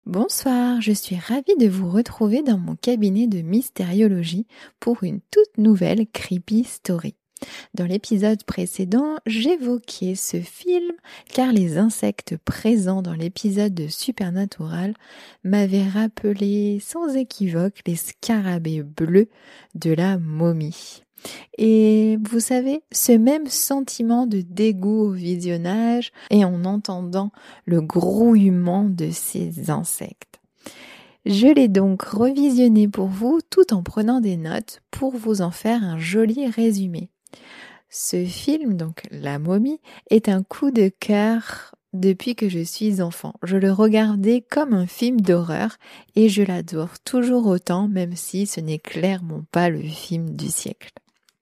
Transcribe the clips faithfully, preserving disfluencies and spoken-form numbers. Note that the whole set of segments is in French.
Bonsoir, je suis ravie de vous retrouver dans mon cabinet de mystériologie pour une toute nouvelle Creepy Story. Dans l'épisode précédent, j'évoquais ce film car les insectes présents dans l'épisode de Supernatural m'avaient rappelé sans équivoque les scarabées bleus de la momie. Et vous savez, ce même sentiment de dégoût au visionnage et en entendant le grouillement de ces insectes. Je l'ai donc revisionné pour vous tout en prenant des notes pour vous en faire un joli résumé. Ce film, donc La Momie, est un coup de cœur depuis que je suis enfant. Je le regardais comme un film d'horreur et je l'adore toujours autant, même si ce n'est clairement pas le film du siècle.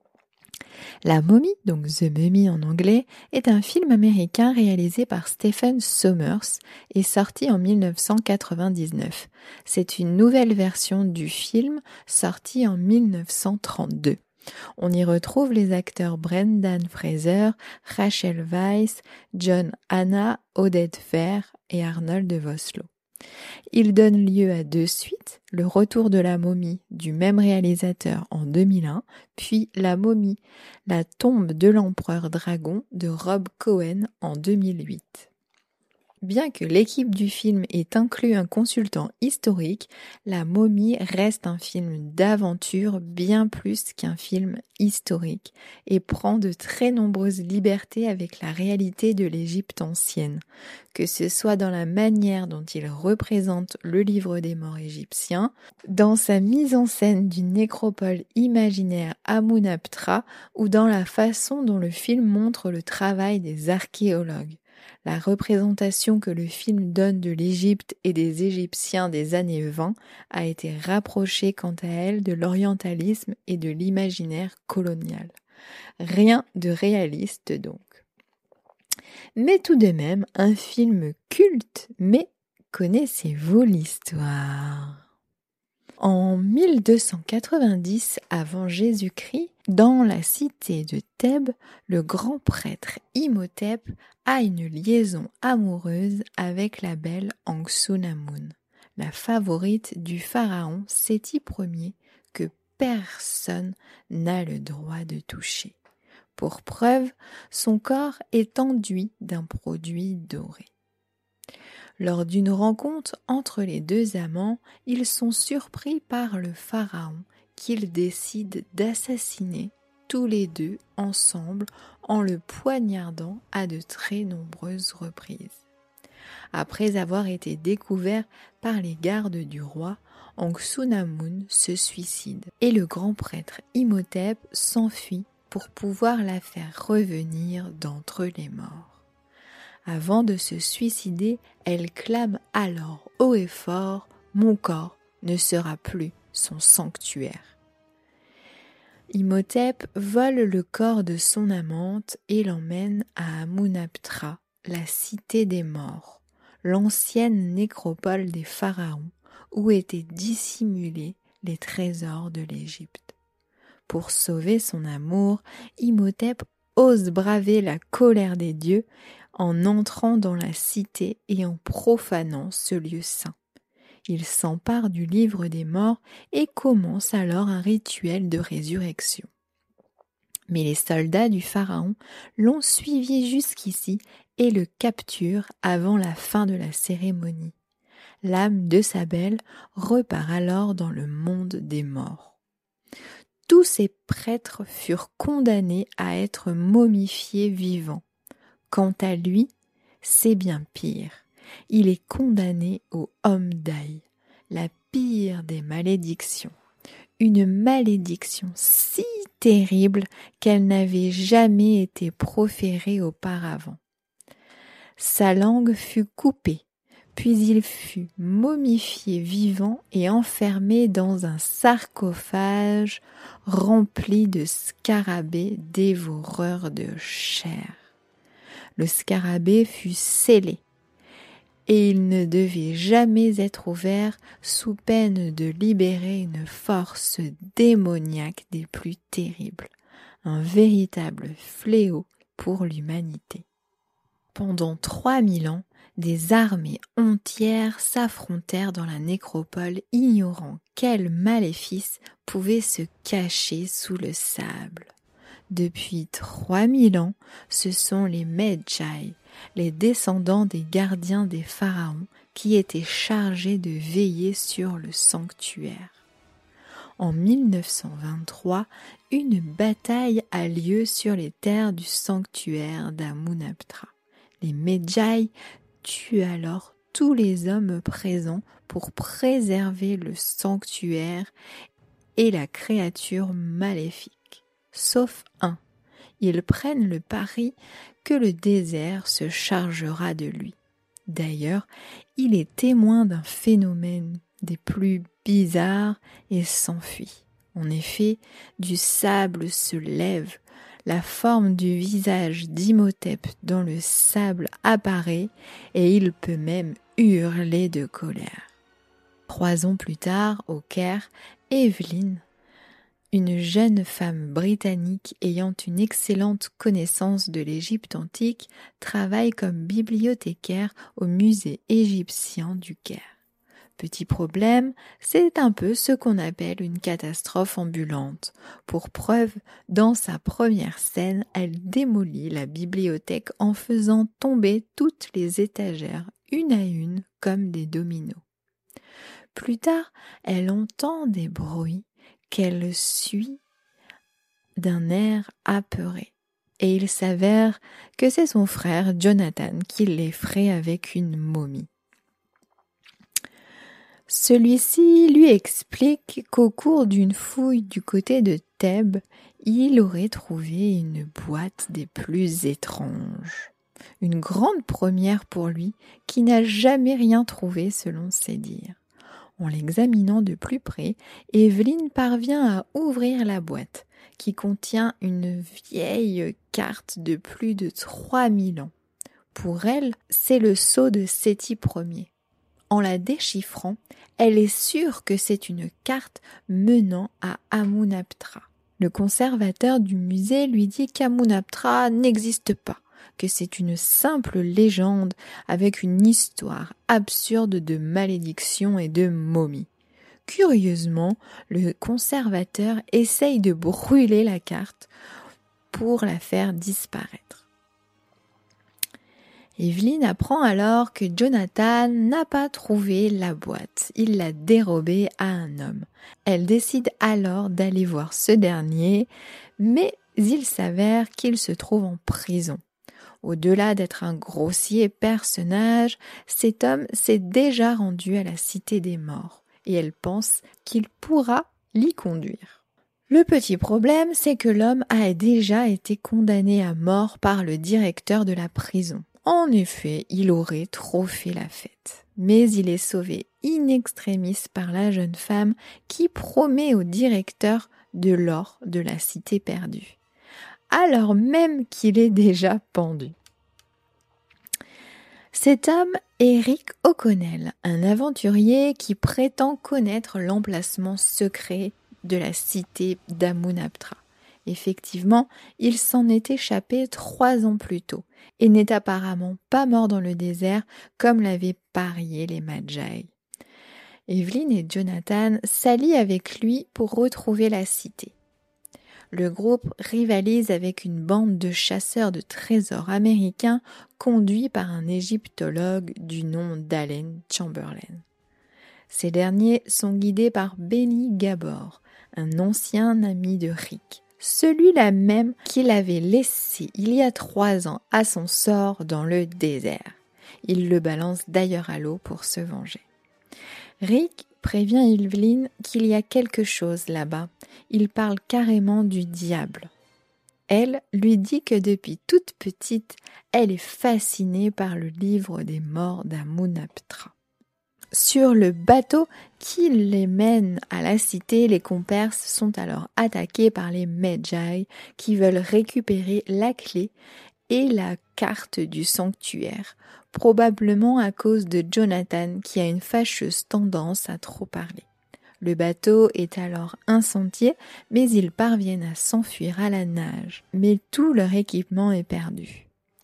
La Momie, donc The Mummy en anglais, est un film américain réalisé par Stephen Sommers et sorti en mille neuf cent quatre-vingt-dix-neuf. C'est une nouvelle version du film sortie en mille neuf cent trente-deux. On y retrouve les acteurs Brendan Fraser, Rachel Weisz, John Hannah, Oded Fehr et Arnold Vosloo. Il donne lieu à deux suites, Le Retour de la momie du même réalisateur en deux mille un, puis La momie, la tombe de l'empereur dragon de Rob Cohen en deux mille huit. Bien que l'équipe du film ait inclus un consultant historique, La momie reste un film d'aventure bien plus qu'un film historique et prend de très nombreuses libertés avec la réalité de l'Égypte ancienne, que ce soit dans la manière dont il représente le livre des morts égyptien, dans sa mise en scène d'une nécropole imaginaire Amunaptra ou dans la façon dont le film montre le travail des archéologues. La représentation que le film donne de l'Égypte et des Égyptiens des années vingt a été rapprochée quant à elle de l'orientalisme et de l'imaginaire colonial. Rien de réaliste donc. Mais tout de même, un film culte, mais connaissez-vous l'histoire ? En mille deux cent quatre-vingt-dix avant Jésus-Christ, dans la cité de Thèbes, le grand prêtre Imhotep a une liaison amoureuse avec la belle Anck-Su-Namun, la favorite du pharaon Séti Ier que personne n'a le droit de toucher. Pour preuve, son corps est enduit d'un produit doré. Lors d'une rencontre entre les deux amants, ils sont surpris par le pharaon qu'ils décident d'assassiner tous les deux ensemble en le poignardant à de très nombreuses reprises. Après avoir été découvert par les gardes du roi, Anck-Su-Namun se suicide et le grand prêtre Imhotep s'enfuit pour pouvoir la faire revenir d'entre les morts. Avant de se suicider, elle clame alors haut et fort « Mon corps ne sera plus son sanctuaire ». Imhotep vole le corps de son amante et l'emmène à Amunaptra, la cité des morts, l'ancienne nécropole des pharaons où étaient dissimulés les trésors de l'Égypte. Pour sauver son amour, Imhotep ose braver la colère des dieux en entrant dans la cité et en profanant ce lieu saint. Il s'empare du livre des morts et commence alors un rituel de résurrection. Mais les soldats du pharaon l'ont suivi jusqu'ici et le capturent avant la fin de la cérémonie. L'âme de sa belle repart alors dans le monde des morts. Tous ces prêtres furent condamnés à être momifiés vivants. Quant à lui, c'est bien pire. Il est condamné au Omdaï, la pire des malédictions. Une malédiction si terrible qu'elle n'avait jamais été proférée auparavant. Sa langue fut coupée, puis il fut momifié vivant et enfermé dans un sarcophage rempli de scarabées dévoreurs de chair. Le scarabée fut scellé et il ne devait jamais être ouvert sous peine de libérer une force démoniaque des plus terribles, un véritable fléau pour l'humanité. Pendant trois mille ans, des armées entières s'affrontèrent dans la nécropole, ignorant quel maléfice pouvait se cacher sous le sable. Depuis trois mille ans, ce sont les Medjay, les descendants des gardiens des pharaons, qui étaient chargés de veiller sur le sanctuaire. En mille neuf cent vingt-trois, une bataille a lieu sur les terres du sanctuaire d'Amunaptra. Les Medjay tuent alors tous les hommes présents pour préserver le sanctuaire et la créature maléfique, sauf un. Ils prennent le pari que le désert se chargera de lui. D'ailleurs, il est témoin d'un phénomène des plus bizarres et s'enfuit. En effet, du sable se lève, la forme du visage d'Imhotep dans le sable apparaît et il peut même hurler de colère. Trois ans plus tard, au Caire, Evelyn, une jeune femme britannique ayant une excellente connaissance de l'Égypte antique, travaille comme bibliothécaire au musée égyptien du Caire. Petit problème, c'est un peu ce qu'on appelle une catastrophe ambulante. Pour preuve, dans sa première scène, elle démolit la bibliothèque en faisant tomber toutes les étagères, une à une, comme des dominos. Plus tard, elle entend des bruits qu'elle suit d'un air apeuré. Et il s'avère que c'est son frère Jonathan qui l'effraie avec une momie. Celui-ci lui explique qu'au cours d'une fouille du côté de Thèbes, il aurait trouvé une boîte des plus étranges. Une grande première pour lui qui n'a jamais rien trouvé selon ses dires. En l'examinant de plus près, Evelyn parvient à ouvrir la boîte qui contient une vieille carte de plus de trois mille ans. Pour elle, c'est le sceau de Séti Ier. En la déchiffrant, elle est sûre que c'est une carte menant à Amunaptra. Le conservateur du musée lui dit qu'Amunaptra n'existe pas, que c'est une simple légende avec une histoire absurde de malédiction et de momie. Curieusement, le conservateur essaye de brûler la carte pour la faire disparaître. Evelyn apprend alors que Jonathan n'a pas trouvé la boîte, il l'a dérobée à un homme. Elle décide alors d'aller voir ce dernier, mais il s'avère qu'il se trouve en prison. Au-delà d'être un grossier personnage, cet homme s'est déjà rendu à la cité des morts et elle pense qu'il pourra l'y conduire. Le petit problème, c'est que l'homme a déjà été condamné à mort par le directeur de la prison. En effet, il aurait trop fait la fête. Mais il est sauvé in extremis par la jeune femme qui promet au directeur de l'or de la cité perdue, alors même qu'il est déjà pendu. Cet homme est Rick O'Connell, un aventurier qui prétend connaître l'emplacement secret de la cité d'Amunaptra. Effectivement, il s'en est échappé trois ans plus tôt et n'est apparemment pas mort dans le désert comme l'avaient parié les Medjay. Evelyn et Jonathan s'allient avec lui pour retrouver la cité. Le groupe rivalise avec une bande de chasseurs de trésors américains conduits par un égyptologue du nom d'Allen Chamberlain. Ces derniers sont guidés par Benny Gabor, un ancien ami de Rick, celui-là même qu'il avait laissé il y a trois ans à son sort dans le désert. Il le balance d'ailleurs à l'eau pour se venger. Rick prévient Evelyn qu'il y a quelque chose là-bas. Il parle carrément du diable. Elle lui dit que depuis toute petite, elle est fascinée par le livre des morts d'Amunaptra. Sur le bateau qui les mène à la cité, les compères sont alors attaqués par les Medjay qui veulent récupérer la clé et la carte du sanctuaire, probablement à cause de Jonathan qui a une fâcheuse tendance à trop parler. Le bateau est alors incendié, mais ils parviennent à s'enfuir à la nage, mais tout leur équipement est perdu.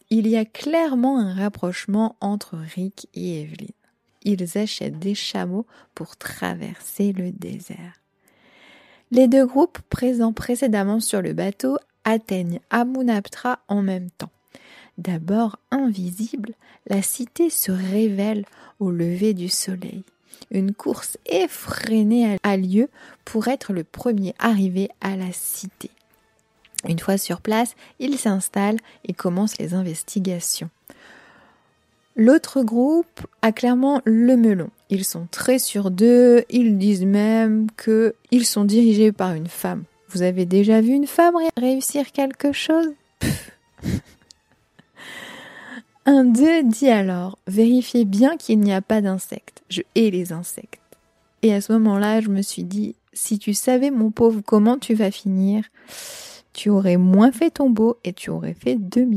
Il y a clairement un rapprochement entre Rick et Evelyn. Ils achètent des chameaux pour traverser le désert. Les deux groupes présents précédemment sur le bateau atteignent Amunaptra en même temps. D'abord invisible, la cité se révèle au lever du soleil. Une course effrénée a lieu pour être le premier arrivé à la cité. Une fois sur place, ils s'installent et commencent les investigations. L'autre groupe a clairement le melon. Ils sont très sûrs d'eux, ils disent même qu'ils sont dirigés par une femme. Vous avez déjà vu une femme ré- réussir quelque chose ? Pff. Un d'eux dit alors « Vérifiez bien qu'il n'y a pas d'insectes. Je hais les insectes. » Et à ce moment-là, je me suis dit « Si tu savais, mon pauvre, comment tu vas finir, tu aurais moins fait ton beau et tu aurais fait demi-tour. »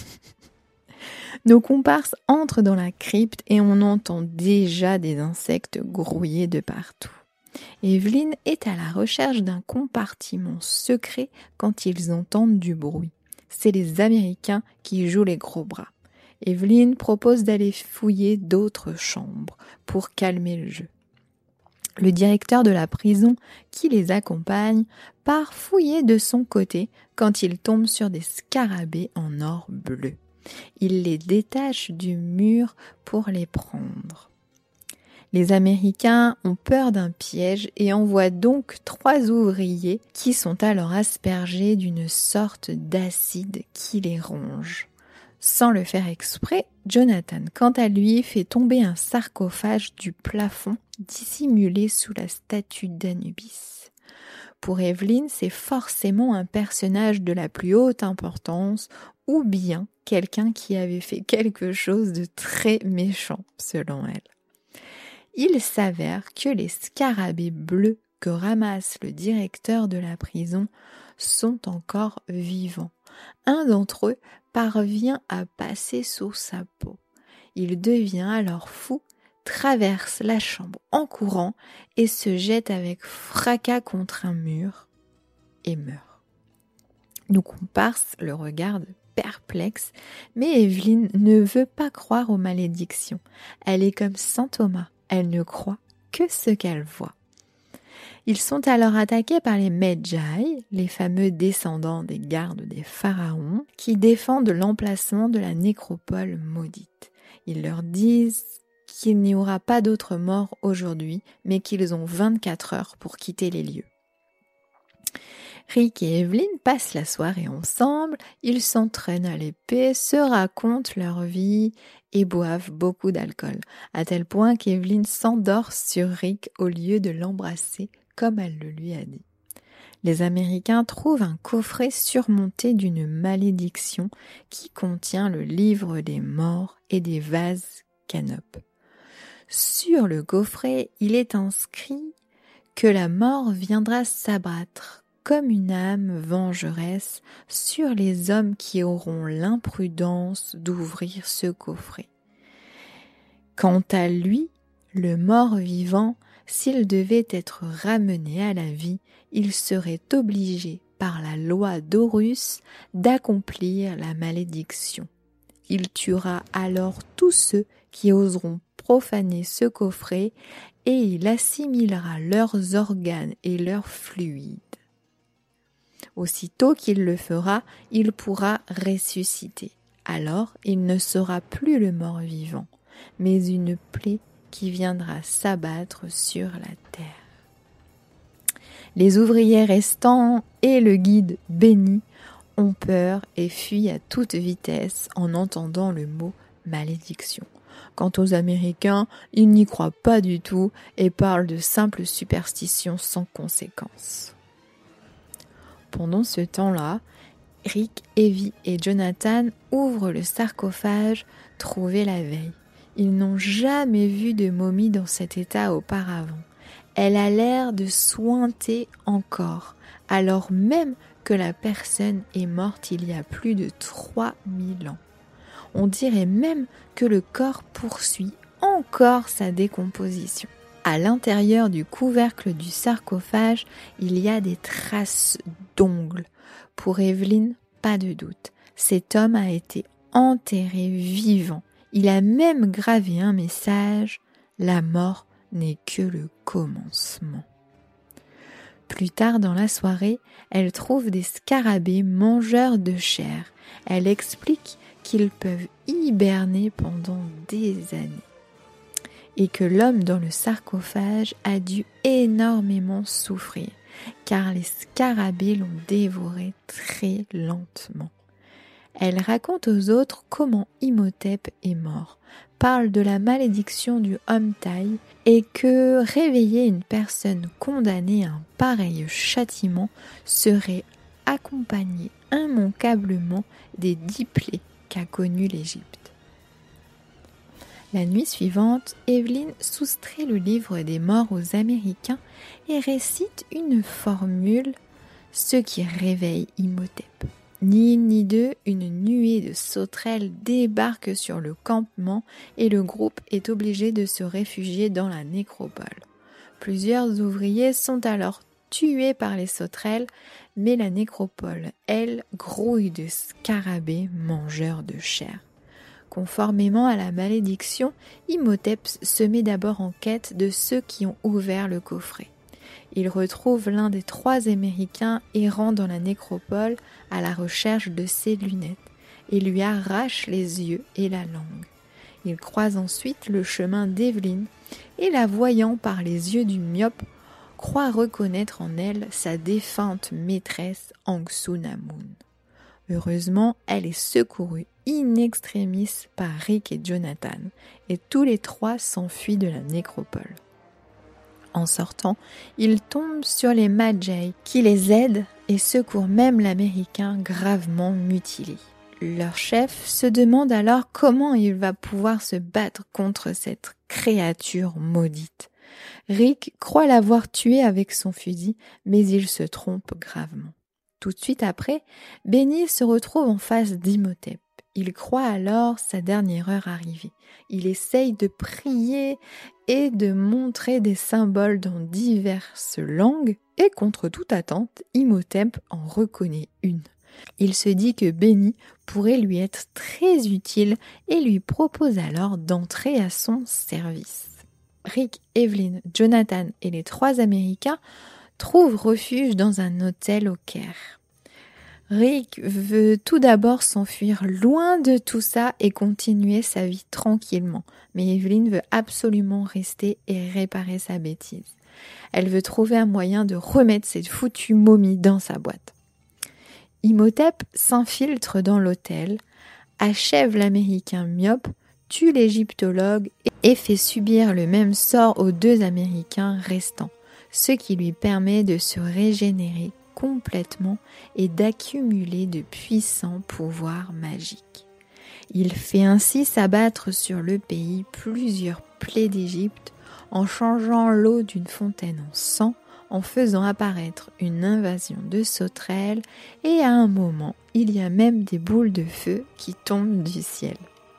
Nos comparses entrent dans la crypte et on entend déjà des insectes grouiller de partout. Evelyn est à la recherche d'un compartiment secret quand ils entendent du bruit. C'est les Américains qui jouent les gros bras. Evelyn propose d'aller fouiller d'autres chambres pour calmer le jeu. Le directeur de la prison qui les accompagne part fouiller de son côté quand il tombe sur des scarabées en or bleu. Il les détache du mur pour les prendre. Les Américains ont peur d'un piège et envoient donc trois ouvriers qui sont alors aspergés d'une sorte d'acide qui les ronge. Sans le faire exprès, Jonathan, quant à lui, fait tomber un sarcophage du plafond dissimulé sous la statue d'Anubis. Pour Evelyn, c'est forcément un personnage de la plus haute importance ou bien quelqu'un qui avait fait quelque chose de très méchant, selon elle. Il s'avère que les scarabées bleus que ramasse le directeur de la prison sont encore vivants. Un d'entre eux parvient à passer sous sa peau. Il devient alors fou, traverse la chambre en courant et se jette avec fracas contre un mur et meurt. Nos comparses le regardent perplexe, mais Evelyn ne veut pas croire aux malédictions. Elle est comme saint Thomas, elle ne croit que ce qu'elle voit. Ils sont alors attaqués par les Medjay, les fameux descendants des gardes des pharaons, qui défendent l'emplacement de la nécropole maudite. Ils leur disent qu'il n'y aura pas d'autres morts aujourd'hui, mais qu'ils ont vingt-quatre heures pour quitter les lieux. Rick et Evelyn passent la soirée ensemble, ils s'entraînent à l'épée, se racontent leur vie et boivent beaucoup d'alcool, à tel point qu'Evelyn s'endort sur Rick au lieu de l'embrasser comme elle le lui a dit. Les Américains trouvent un coffret surmonté d'une malédiction qui contient le livre des morts et des vases canopes. Sur le coffret, il est inscrit que la mort viendra s'abattre comme une âme vengeresse sur les hommes qui auront l'imprudence d'ouvrir ce coffret. Quant à lui, le mort-vivant, s'il devait être ramené à la vie, il serait obligé par la loi d'Horus d'accomplir la malédiction. Il tuera alors tous ceux qui oseront profaner ce coffret et il assimilera leurs organes et leurs fluides. Aussitôt qu'il le fera, il pourra ressusciter. Alors, il ne sera plus le mort-vivant, mais une plaie qui viendra s'abattre sur la terre. Les ouvriers restants et le guide béni ont peur et fuient à toute vitesse en entendant le mot malédiction. Quant aux Américains, ils n'y croient pas du tout et parlent de simples superstitions sans conséquence. Pendant ce temps-là, Rick, Evie et Jonathan ouvrent le sarcophage trouvé la veille. Ils n'ont jamais vu de momie dans cet état auparavant. Elle a l'air de suinter encore, alors même que la personne est morte il y a plus de trois mille ans. On dirait même que le corps poursuit encore sa décomposition. À l'intérieur du couvercle du sarcophage, il y a des traces d'ongles. Pour Evelyn, pas de doute, cet homme a été enterré vivant. Il a même gravé un message « La mort n'est que le commencement ». Plus tard dans la soirée, elle trouve des scarabées mangeurs de chair. Elle explique qu'ils peuvent hiberner pendant des années et que l'homme dans le sarcophage a dû énormément souffrir car les scarabées l'ont dévoré très lentement. Elle raconte aux autres comment Imhotep est mort, parle de la malédiction du Homtai et que réveiller une personne condamnée à un pareil châtiment serait accompagné immanquablement des dix plaies qu'a connues l'Égypte. La nuit suivante, Evelyn soustrait le livre des morts aux Américains et récite une formule, ce qui réveille Imhotep. Ni une ni deux, une nuée de sauterelles débarque sur le campement et le groupe est obligé de se réfugier dans la nécropole. Plusieurs ouvriers sont alors tués par les sauterelles, mais la nécropole, elle, grouille de scarabées mangeurs de chair. Conformément à la malédiction, Imhotep se met d'abord en quête de ceux qui ont ouvert le coffret. Il retrouve l'un des trois Américains errant dans la nécropole à la recherche de ses lunettes et lui arrache les yeux et la langue. Il croise ensuite le chemin d'Evelyn et la voyant par les yeux du myope, croit reconnaître en elle sa défunte maîtresse Anck-Su-Namun. Heureusement, elle est secourue in extremis par Rick et Jonathan, et tous les trois s'enfuient de la nécropole. En sortant, ils tombent sur les Magi qui les aident et secourent même l'Américain gravement mutilé. Leur chef se demande alors comment il va pouvoir se battre contre cette créature maudite. Rick croit l'avoir tué avec son fusil, mais il se trompe gravement. Tout de suite après, Benny se retrouve en face d'Imhotep. Il croit alors sa dernière heure arrivée. Il essaye de prier et de montrer des symboles dans diverses langues et contre toute attente, Imhotep en reconnaît une. Il se dit que Benny pourrait lui être très utile et lui propose alors d'entrer à son service. Rick, Evelyn, Jonathan et les trois Américains trouvent refuge dans un hôtel au Caire. Rick veut tout d'abord s'enfuir loin de tout ça et continuer sa vie tranquillement, mais Evelyn veut absolument rester et réparer sa bêtise. Elle veut trouver un moyen de remettre cette foutue momie dans sa boîte. Imhotep s'infiltre dans l'hôtel, achève l'Américain myope, tue l'égyptologue et fait subir le même sort aux deux Américains restants, ce qui lui permet de se régénérer complètement et d'accumuler de puissants pouvoirs magiques. Il fait ainsi s'abattre sur le pays plusieurs plaies d'Égypte en changeant l'eau d'une fontaine en sang, en faisant apparaître une invasion de sauterelles et à un moment, il y a même des boules de feu qui tombent du ciel.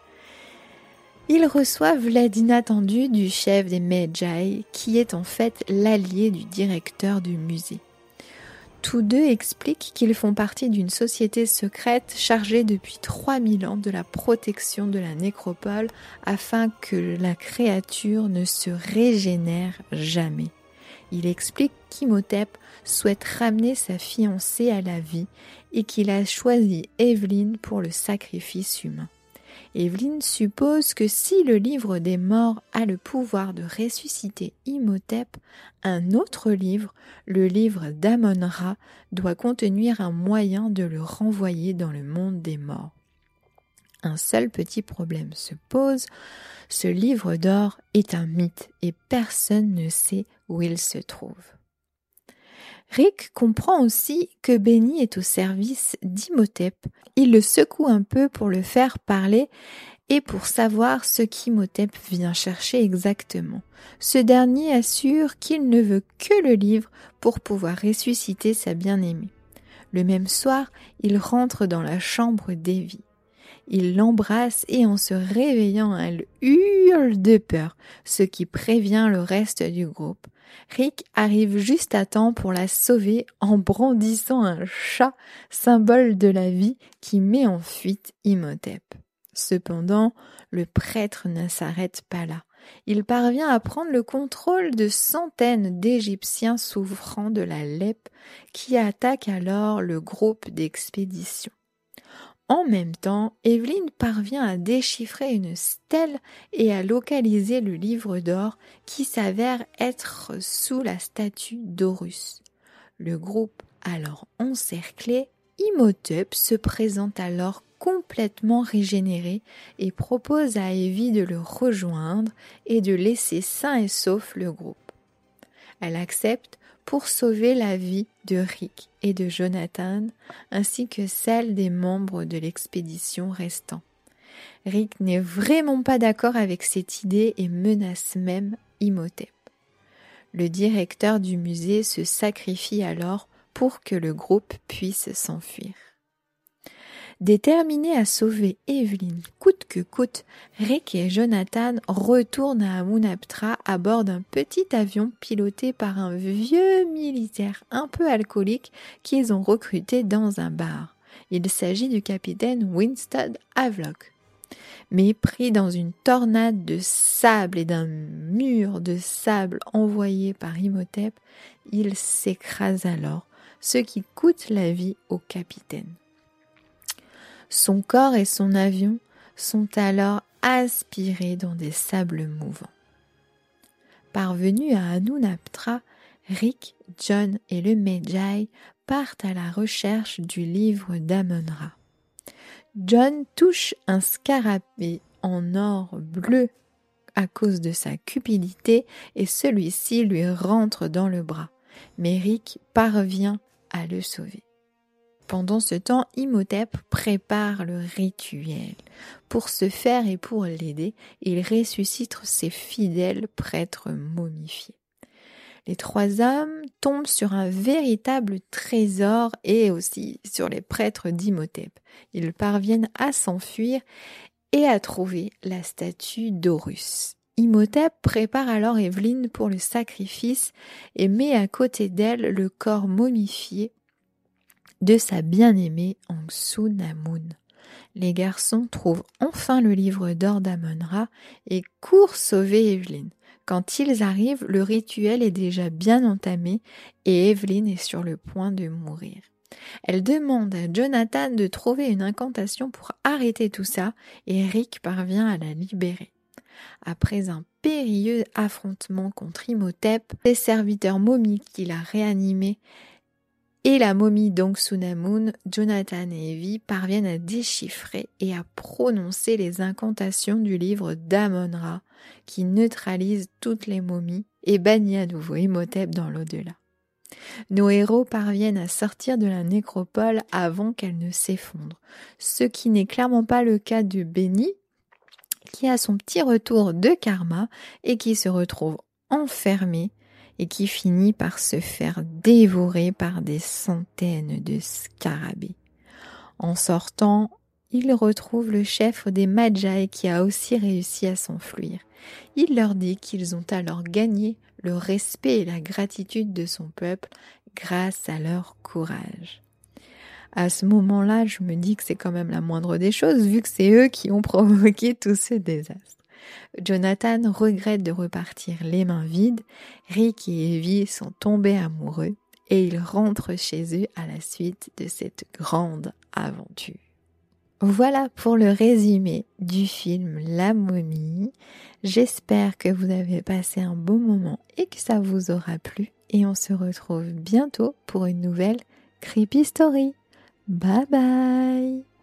Ils reçoivent l'aide inattendue du chef des Magi, qui est en fait l'allié du directeur du musée. Tous deux expliquent qu'ils font partie d'une société secrète chargée depuis trois mille ans de la protection de la nécropole afin que la créature ne se régénère jamais. Il explique qu'Imhotep souhaite ramener sa fiancée à la vie et qu'il a choisi Evelyn pour le sacrifice humain. Evelyn suppose que si le livre des morts a le pouvoir de ressusciter Imhotep, un autre livre, le livre d'Amon-Ra, doit contenir un moyen de le renvoyer dans le monde des morts. Un seul petit problème se pose, ce livre d'or est un mythe et personne ne sait où il se trouve. Rick comprend aussi que Benny est au service d'Imhotep. Il le secoue un peu pour le faire parler et pour savoir ce qu'Imhotep vient chercher exactement. Ce dernier assure qu'il ne veut que le livre pour pouvoir ressusciter sa bien-aimée. Le même soir, il rentre dans la chambre d'Evie. Il l'embrasse et en se réveillant, elle hurle de peur, ce qui prévient le reste du groupe. Rick arrive juste à temps pour la sauver en brandissant un chat, symbole de la vie qui met en fuite Imhotep. Cependant, le prêtre ne s'arrête pas là. Il parvient à prendre le contrôle de centaines d'Égyptiens souffrant de la lèpre qui attaquent alors le groupe d'expédition. En même temps, Evelyn parvient à déchiffrer une stèle et à localiser le livre d'or qui s'avère être sous la statue d'Horus. Le groupe alors encerclé, Imhotep se présente alors complètement régénéré et propose à Evie de le rejoindre et de laisser sain et sauf le groupe. Elle accepte pour sauver la vie de Rick et de Jonathan, ainsi que celle des membres de l'expédition restants. Rick n'est vraiment pas d'accord avec cette idée et menace même Imhotep. Le directeur du musée se sacrifie alors pour que le groupe puisse s'enfuir. Déterminés à sauver Evelyn coûte que coûte, Rick et Jonathan retournent à Amunaptra à bord d'un petit avion piloté par un vieux militaire un peu alcoolique qu'ils ont recruté dans un bar. Il s'agit du capitaine Winston Havelock. Mais pris dans une tornade de sable et d'un mur de sable envoyé par Imhotep, il s'écrase alors, ce qui coûte la vie au capitaine. Son corps et son avion sont alors aspirés dans des sables mouvants. Parvenus à Amunaptra, Rick, John et le Medjay partent à la recherche du livre d'Amon-Ra. John touche un scarabée en or bleu à cause de sa cupidité et celui-ci lui rentre dans le bras, mais Rick parvient à le sauver. Pendant ce temps, Imhotep prépare le rituel. Pour ce faire et pour l'aider, il ressuscite ses fidèles prêtres momifiés. Les trois hommes tombent sur un véritable trésor et aussi sur les prêtres d'Imhotep. Ils parviennent à s'enfuir et à trouver la statue d'Horus. Imhotep prépare alors Evelyn pour le sacrifice et met à côté d'elle le corps momifié de sa bien-aimée Anck-Su-Namun. Les garçons trouvent enfin le livre d'or d'Amon-Ra et courent sauver Evelyn. Quand ils arrivent, le rituel est déjà bien entamé et Evelyn est sur le point de mourir. Elle demande à Jonathan de trouver une incantation pour arrêter tout ça et Rick parvient à la libérer. Après un périlleux affrontement contre Imhotep, les serviteurs momies qu'il a réanimés et la momie d'Anck-Su-Namun, Jonathan et Evie parviennent à déchiffrer et à prononcer les incantations du livre d'Amon-Ra qui neutralise toutes les momies et bannit à nouveau Imhotep dans l'au-delà. Nos héros parviennent à sortir de la nécropole avant qu'elle ne s'effondre, ce qui n'est clairement pas le cas de Benny, qui a son petit retour de karma et qui se retrouve enfermé et qui finit par se faire dévorer par des centaines de scarabées. En sortant, il retrouve le chef des Medjay qui a aussi réussi à s'enfuir. Il leur dit qu'ils ont alors gagné le respect et la gratitude de son peuple grâce à leur courage. À ce moment-là, je me dis que c'est quand même la moindre des choses vu que c'est eux qui ont provoqué tout ce désastre. Jonathan regrette de repartir les mains vides, Rick et Evie sont tombés amoureux et ils rentrent chez eux à la suite de cette grande aventure. Voilà pour le résumé du film La Momie. J'espère que vous avez passé un bon moment et que ça vous aura plu et on se retrouve bientôt pour une nouvelle Creepy Story. Bye bye!